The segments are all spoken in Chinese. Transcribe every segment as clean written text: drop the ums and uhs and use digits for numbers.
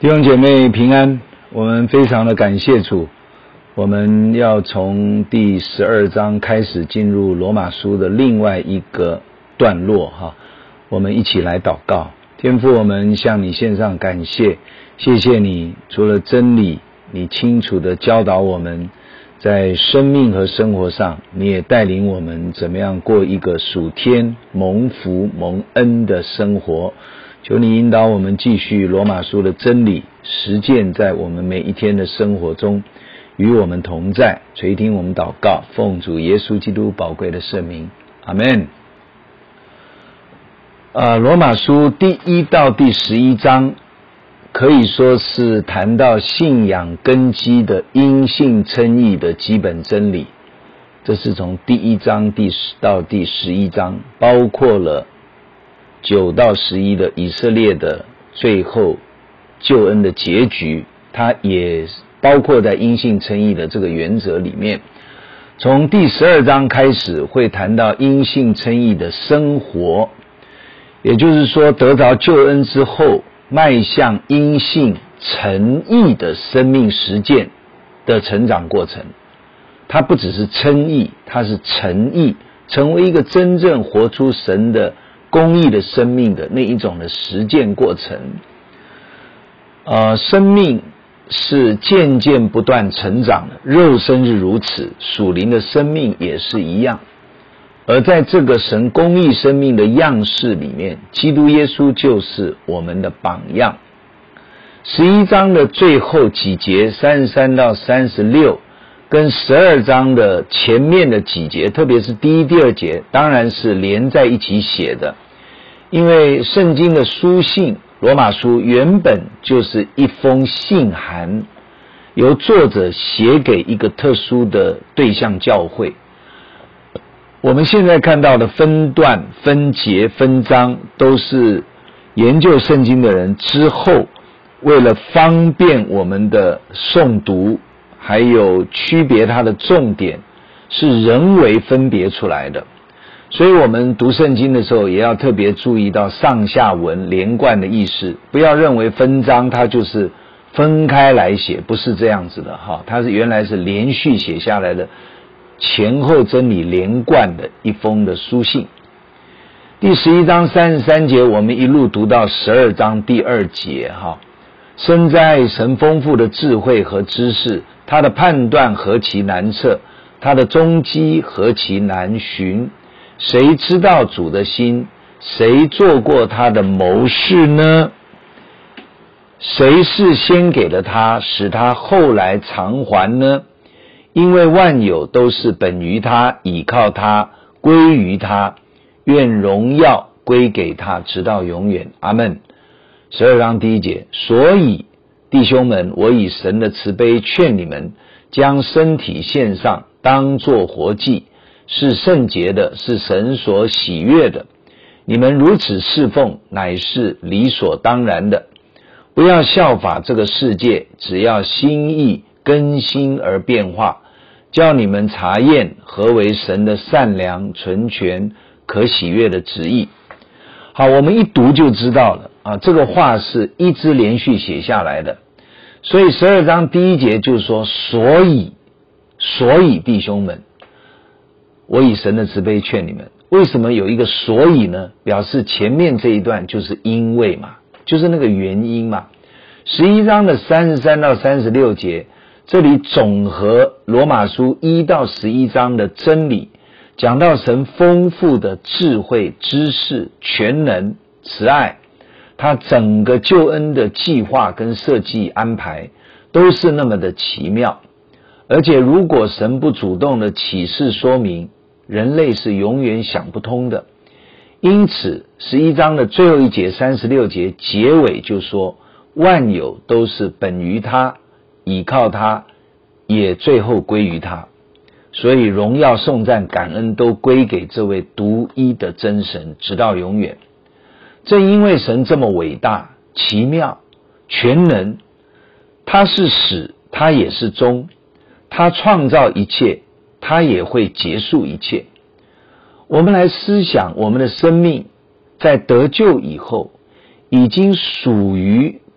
弟兄姐妹平安，我们非常的感谢主。我们要从第12章开始进入罗马书的另外一个段落我们一起来祷告。天父，我们向你献上感谢，谢谢你除了真理，你清楚地教导我们在生命和生活上，你也带领我们怎么样过一个属天蒙福蒙恩的生活。求你引导我们继续罗马书的真理实践在我们每一天的生活中，与我们同在。垂听我们祷告，奉主耶稣基督宝贵的圣名，阿们。罗马书第1到第11章可以说是谈到信仰根基的因信称义的基本真理。这是从第1章到第11章，包括了9到11的以色列的最后救恩的结局，它也包括在因信称义的这个原则里面。从第12章开始会谈到因信称义的生活，也就是说得着救恩之后迈向因信称义的生命实践的成长过程。它不只是称义，它是成义，成为一个真正活出神的公义的生命的那一种的实践过程。生命是渐渐不断成长的，肉身是如此，属灵的生命也是一样。而在这个神公义生命的样式里面，基督耶稣就是我们的榜样。11章的最后几节33到36跟12章的前面的几节，特别是第1、第2节，当然是连在一起写的。因为圣经的书信罗马书原本就是一封信函，由作者写给一个特殊的对象教会。我们现在看到的分段、分节、分章，都是研究圣经的人之后为了方便我们的诵读，还有区别它的重点，是人为分别出来的。所以我们读圣经的时候也要特别注意到上下文连贯的意思，不要认为分章它就是分开来写，不是这样子的它是原来是连续写下来的，前后真理连贯的一封的书信。第11章33节我们一路读到12章第2节深哉神丰富的智慧和知识，他的判断何其难测，他的踪迹何其难寻。谁知道主的心？谁做过他的谋士呢？谁是先给了他，使他后来偿还呢？因为万有都是本于他，倚靠他，归于他，愿荣耀归给他，直到永远。阿们。12章第1节，所以弟兄们，我以神的慈悲劝你们，将身体献上，当作活祭，是圣洁的，是神所喜悦的。你们如此侍奉，乃是理所当然的。不要效法这个世界，只要心意更新而变化，叫你们查验何为神的善良、纯全、可喜悦的旨意。好，我们一读就知道了这个话是一直连续写下来的。所以12章第1节就是说，所以弟兄们，我以神的慈悲劝你们。为什么有一个所以呢？表示前面这一段就是因为嘛，就是那个原因嘛。11章的33到36节，这里总和罗马书1到11章的真理，讲到神丰富的智慧、知识、全能、慈爱，他整个救恩的计划跟设计安排都是那么的奇妙。而且如果神不主动的启示说明，人类是永远想不通的。因此11章的最后一节36节结尾就说，万有都是本于他，倚靠他，也最后归于他。所以荣耀颂赞感恩都归给这位独一的真神，直到永远。正因为神这么伟大、奇妙、全能，他是始，他也是终，他创造一切，他也会结束一切。我们来思想，我们的生命在得救以后，已经属于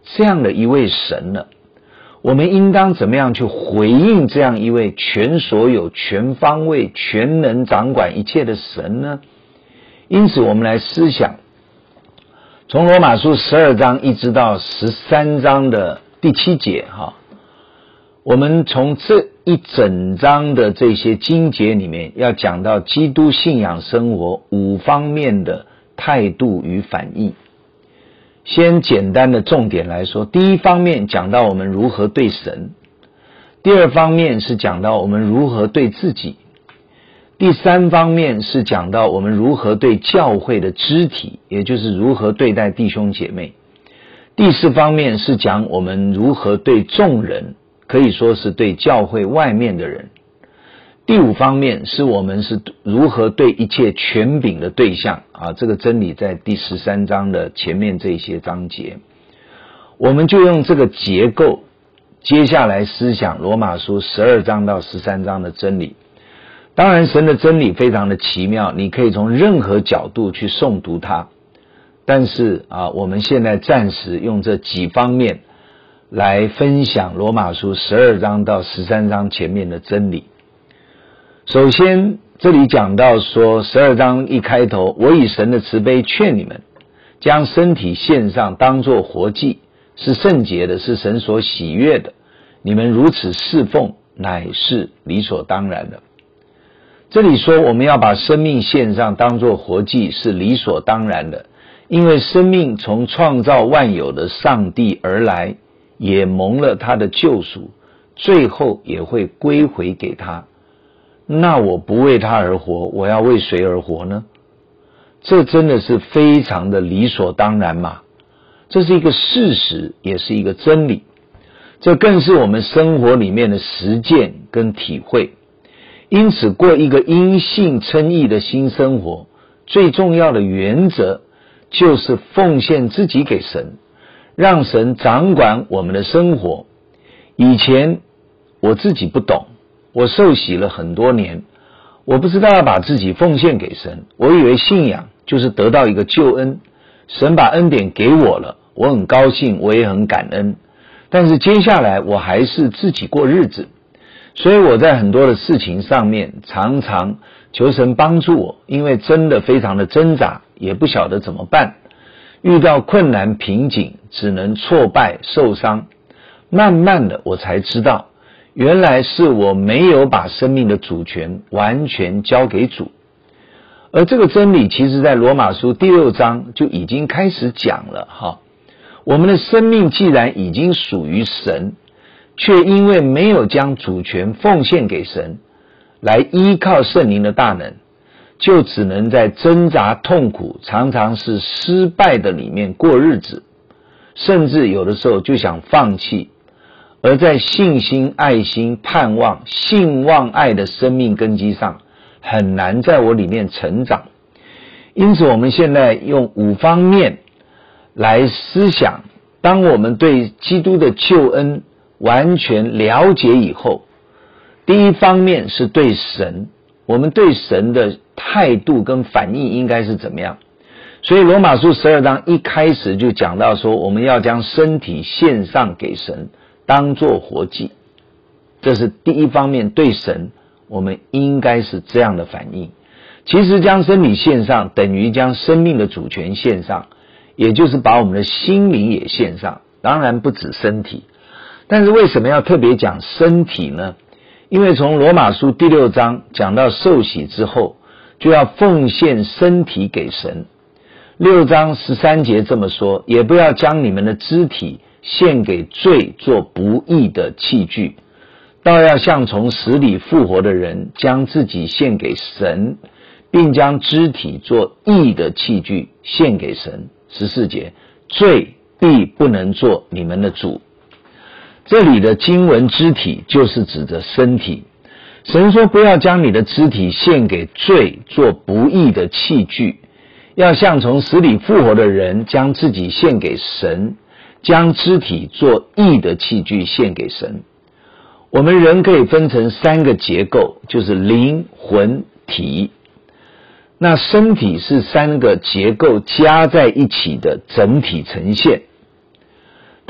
这样的一位神了，我们应当怎么样去回应这样一位全所有、全方位、全能掌管一切的神呢？因此我们来思想，从罗马书12章一直到13章的第7节我们从这一整章的这些经节里面要讲到基督信仰生活5方面的态度与反应。先简单的重点来说，第一方面讲到我们如何对神，第二方面是讲到我们如何对自己，第三方面是讲到我们如何对教会的肢体，也就是如何对待弟兄姐妹，第四方面是讲我们如何对众人，可以说是对教会外面的人，第五方面是我们是如何对一切权柄的对象这个真理在第13章的前面这些章节。我们就用这个结构接下来思想罗马书12章到13章的真理。当然神的真理非常的奇妙，你可以从任何角度去诵读它，但是我们现在暂时用这几方面来分享罗马书12章到13章前面的真理。首先这里讲到说12章一开头，我以神的慈悲劝你们，将身体献上当作活祭，是圣洁的，是神所喜悦的，你们如此侍奉乃是理所当然的。这里说我们要把生命献上当作活祭是理所当然的，因为生命从创造万有的上帝而来，也蒙了他的救赎，最后也会归回给他。那我不为他而活，我要为谁而活呢？这真的是非常的理所当然嘛，这是一个事实，也是一个真理，这更是我们生活里面的实践跟体会。因此过一个因信称义的新生活，最重要的原则就是奉献自己给神，让神掌管我们的生活。以前我自己不懂，我受洗了很多年，我不知道要把自己奉献给神，我以为信仰就是得到一个救恩，神把恩典给我了，我很高兴，我也很感恩，但是接下来我还是自己过日子。所以我在很多的事情上面常常求神帮助我，因为真的非常的挣扎，也不晓得怎么办，遇到困难瓶颈只能挫败受伤。慢慢的我才知道，原来是我没有把生命的主权完全交给主。而这个真理其实在罗马书第6章就已经开始讲了我们的生命既然已经属于神，却因为没有将主权奉献给神，来依靠圣灵的大能，就只能在挣扎痛苦常常是失败的里面过日子，甚至有的时候就想放弃。而在信心、爱心、盼望、信望爱的生命根基上，很难在我里面成长。因此我们现在用5方面来思想，当我们对基督的救恩完全了解以后，第一方面是对神，我们对神的态度跟反应应该是怎么样。所以罗马书12章一开始就讲到说，我们要将身体献上给神当作活祭，这是第一方面，对神我们应该是这样的反应。其实将身体献上等于将生命的主权献上，也就是把我们的心灵也献上，当然不止身体。但是为什么要特别讲身体呢？因为从罗马书第6章讲到受洗之后，就要奉献身体给神。6章13节这么说，也不要将你们的肢体献给罪做不义的器具，倒要像从死里复活的人，将自己献给神，并将肢体做义的器具献给神。14节，罪必不能做你们的主。这里的经文肢体就是指着身体。神说不要将你的肢体献给罪做不义的器具，要像从死里复活的人，将自己献给神，将肢体做义的器具献给神。我们人可以分成3个结构，就是灵、魂、体。那身体是3个结构加在一起的整体呈现。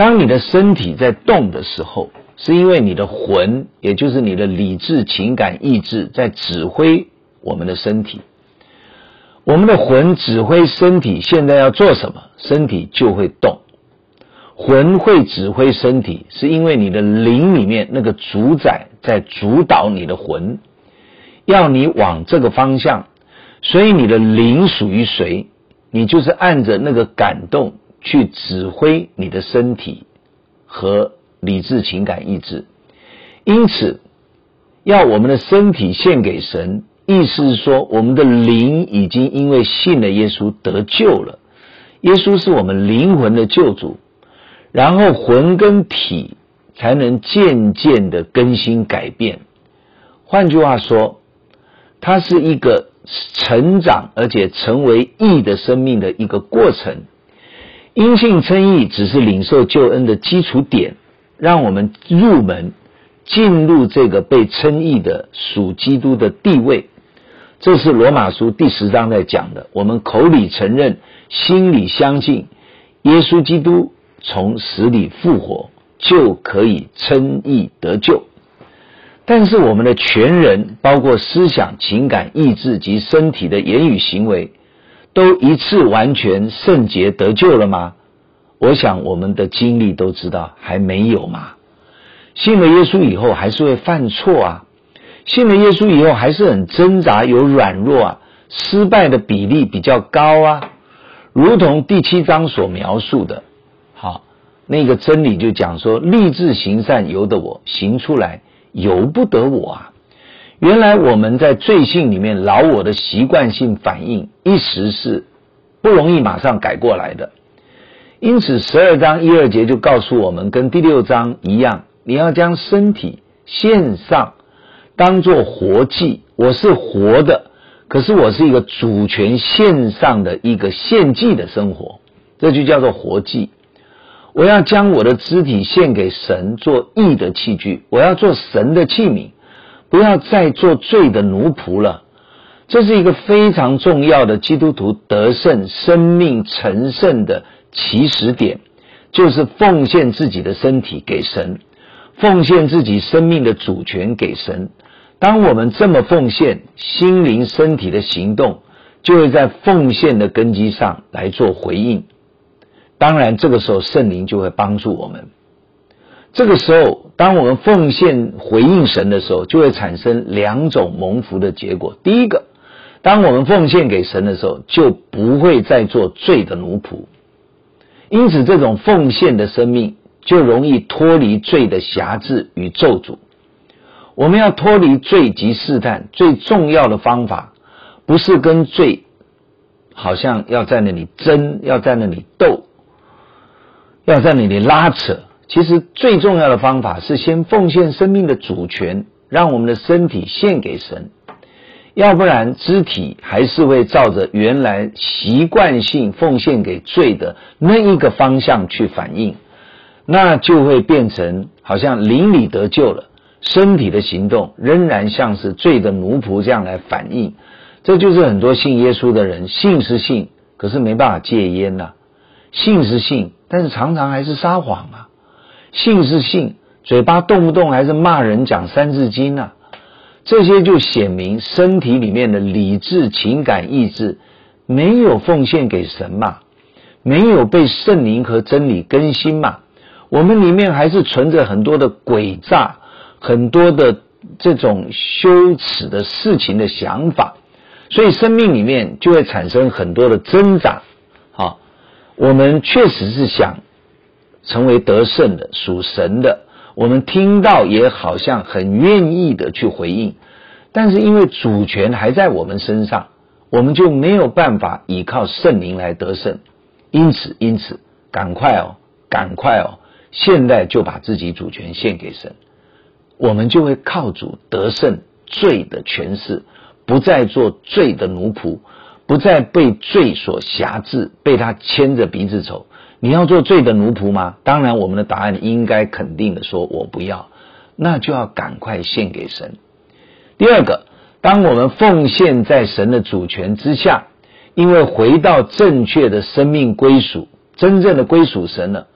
当你的身体在动的时候，是因为你的魂，也就是你的理智、情感、意志在指挥我们的身体。我们的魂指挥身体现在要做什么，身体就会动。魂会指挥身体，是因为你的灵里面那个主宰在主导你的魂，要你往这个方向。所以你的灵属于谁，你就是按着那个感动去指挥你的身体和理智、情感、意志。因此要我们的身体献给神，意思是说我们的灵已经因为信了耶稣得救了，耶稣是我们灵魂的救主，然后魂跟体才能渐渐的更新改变。换句话说，它是一个成长而且成为义的生命的一个过程。因信称义只是领受救恩的基础点，让我们入门进入这个被称义的属基督的地位。这是罗马书第10章在讲的，我们口里承认，心里相信耶稣基督从死里复活，就可以称义得救。但是我们的全人，包括思想、情感、意志及身体的言语行为，都一次完全圣洁得救了吗？我想我们的经历都知道，还没有嘛。信了耶稣以后还是会犯错啊，信了耶稣以后还是很挣扎，有软弱啊，失败的比例比较高啊。如同第7章所描述的，好，那个真理就讲说，立志行善由得我，行出来由不得我啊。原来我们在罪性里面老我的习惯性反应，一时是不容易马上改过来的。因此12章1、2节就告诉我们，跟第6章一样，你要将身体献上，当作活祭。我是活的，可是我是一个主权献上的一个献祭的生活，这就叫做活祭。我要将我的肢体献给神，做义的器具，我要做神的器皿，不要再做罪的奴仆了。这是一个非常重要的基督徒得胜、生命成圣的起始点，就是奉献自己的身体给神，奉献自己生命的主权给神。当我们这么奉献，心灵身体的行动就会在奉献的根基上来做回应。当然这个时候圣灵就会帮助我们。这个时候当我们奉献回应神的时候，就会产生2种蒙福的结果。第一个，当我们奉献给神的时候，就不会再做罪的奴仆，因此这种奉献的生命就容易脱离罪的辖制与咒诅。我们要脱离罪及试探，最重要的方法不是跟罪好像要在那里争，要在那里斗，要在那里拉扯。其实最重要的方法是先奉献生命的主权，让我们的身体献给神，要不然肢体还是会照着原来习惯性奉献给罪的那一个方向去反应，那就会变成好像灵里得救了，身体的行动仍然像是罪的奴仆这样来反应。这就是很多信耶稣的人，信是信，可是没办法戒烟啊。信是信，但是常常还是撒谎啊。信是信，嘴巴动不动还是骂人讲三字经啊。这些就显明身体里面的理智、情感、意志没有奉献给神嘛，没有被圣灵和真理更新嘛。我们里面还是存着很多的诡诈，很多的这种羞耻的事情的想法，所以生命里面就会产生很多的挣扎。好，我们确实是想成为得胜的、属神的，我们听到也好像很愿意的去回应，但是因为主权还在我们身上，我们就没有办法依靠圣灵来得胜。因此赶快哦，现在就把自己主权献给神，我们就会靠主得胜罪的权势，不再做罪的奴仆，不再被罪所辖制，被他牵着鼻子走。你要做罪的奴仆吗？当然我们的答案应该肯定的说，我不要，那就要赶快献给神。第二个，当我们奉献在神的主权之下，因为回到正确的生命归属，真正的归属神了，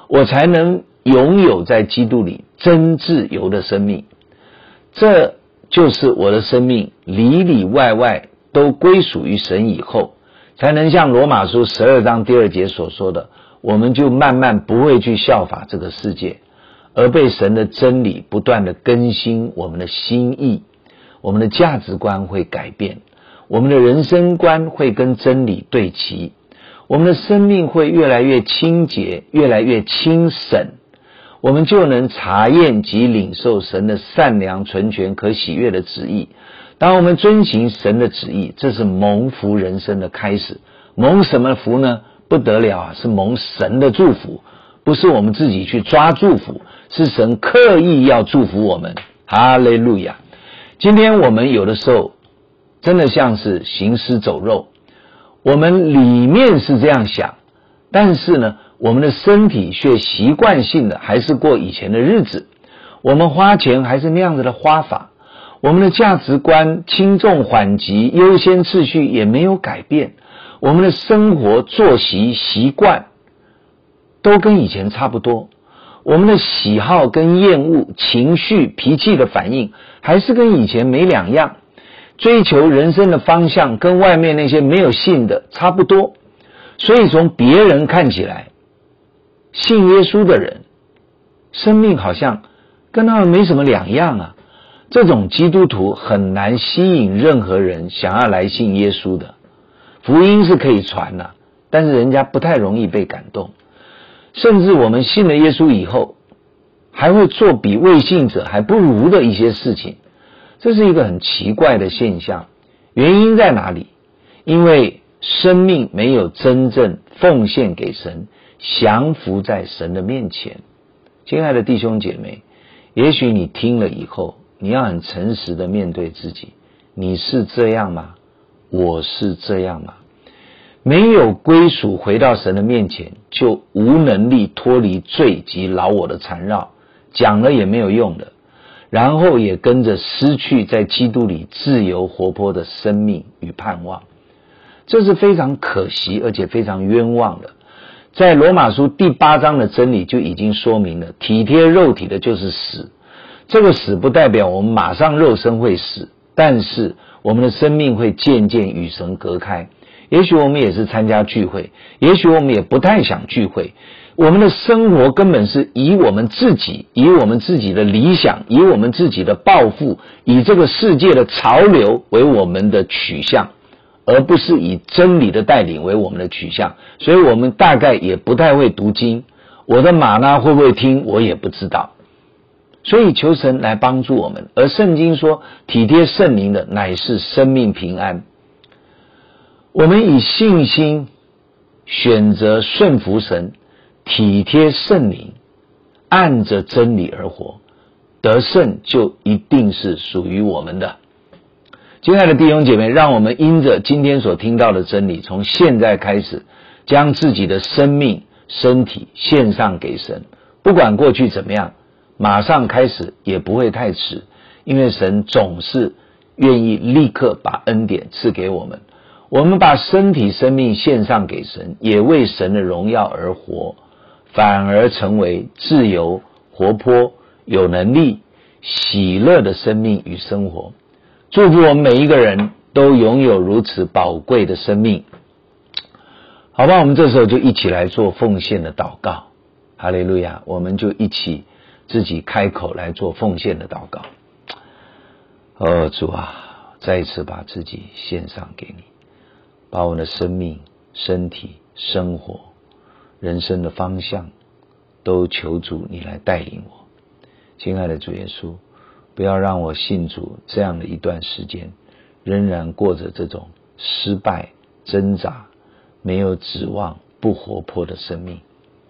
我才能拥有在基督里真自由的生命。这就是我的生命里里外外都归属于神以后，才能像罗马书12章第2节所说的，我们就慢慢不会去效法这个世界，而被神的真理不断的更新我们的心意，我们的价值观会改变，我们的人生观会跟真理对齐，我们的生命会越来越清洁，越来越清省，我们就能查验及领受神的善良、纯全、可喜悦的旨意。当我们遵行神的旨意，这是蒙福人生的开始。蒙什么福呢？不得了啊，是蒙神的祝福，不是我们自己去抓祝福，是神刻意要祝福我们。哈利路亚！今天我们有的时候真的像是行尸走肉，我们里面是这样想，但是呢，我们的身体却习惯性的还是过以前的日子，我们花钱还是那样子的花法，我们的价值观轻重缓急、优先次序也没有改变，我们的生活作息习惯都跟以前差不多，我们的喜好跟厌恶、情绪、脾气的反应还是跟以前没两样，追求人生的方向跟外面那些没有信的差不多。所以从别人看起来，信耶稣的人生命好像跟他们没什么两样啊。这种基督徒很难吸引任何人想要来信耶稣的。福音是可以传的，但是人家不太容易被感动。甚至我们信了耶稣以后，还会做比未信者还不如的一些事情，这是一个很奇怪的现象。原因在哪里？因为生命没有真正奉献给神，降服在神的面前。亲爱的弟兄姐妹，也许你听了以后，你要很诚实的面对自己，你是这样吗？我是这样吗？没有归属回到神的面前，就无能力脱离罪及老我的缠绕，讲了也没有用的，然后也跟着失去在基督里自由活泼的生命与盼望。这是非常可惜而且非常冤枉的。在罗马书第8章的真理就已经说明了，体贴肉体的就是死。这个死不代表我们马上肉身会死，但是我们的生命会渐渐与神隔开。也许我们也是参加聚会，也许我们也不太想聚会，我们的生活根本是以我们自己的理想，以我们自己的抱负，以这个世界的潮流为我们的取向，而不是以真理的带领为我们的取向。所以我们大概也不太会读经，我的玛纳会不会听我也不知道。所以求神来帮助我们，而圣经说体贴圣灵的乃是生命平安。我们以信心选择顺服神，体贴圣灵，按着真理而活，得胜就一定是属于我们的。亲爱的弟兄姐妹，让我们因着今天所听到的真理，从现在开始将自己的生命身体献上给神，不管过去怎么样，马上开始也不会太迟，因为神总是愿意立刻把恩典赐给我们。我们把身体生命献上给神，也为神的荣耀而活，反而成为自由、活泼、有能力、喜乐的生命与生活。祝福我们每一个人都拥有如此宝贵的生命。好吧，我们这时候就一起来做奉献的祷告。哈利路亚，我们就一起自己开口来做奉献的祷告。主啊，再一次把自己献上给你，把我的生命、身体、生活、人生的方向都求主你来带领我。亲爱的主耶稣，不要让我信主这样的一段时间仍然过着这种失败、挣扎、没有指望、不活泼的生命。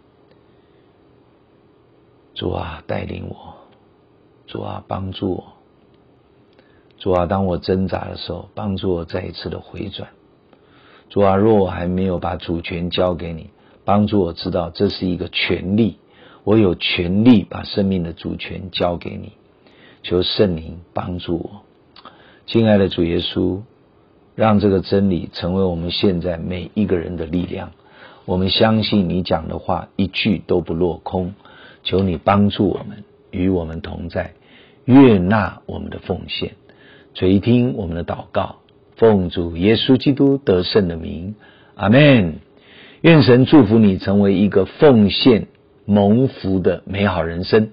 主啊，带领我，主啊，帮助我，主啊，当我挣扎的时候，帮助我再一次的回转。主啊，若我还没有把主权交给你，帮助我知道这是一个权利，我有权利把生命的主权交给你。求圣灵帮助我。亲爱的主耶稣，让这个真理成为我们现在每一个人的力量。 我们相信你讲的话一句都不落空，求你帮助我们，与我们同在，悦纳我们的奉献，垂听我们的祷告，奉主耶稣基督得胜的名，阿们。愿神祝福你成为一个奉献蒙福的美好人生。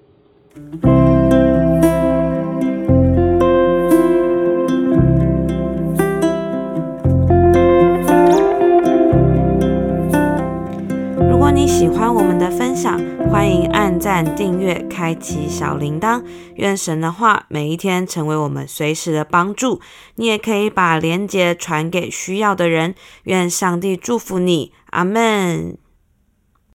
如果你喜欢我们的分享，欢迎按赞、订阅、开启小铃铛。愿神的话每一天成为我们随时的帮助。你也可以把连结传给需要的人。愿上帝祝福你，阿们。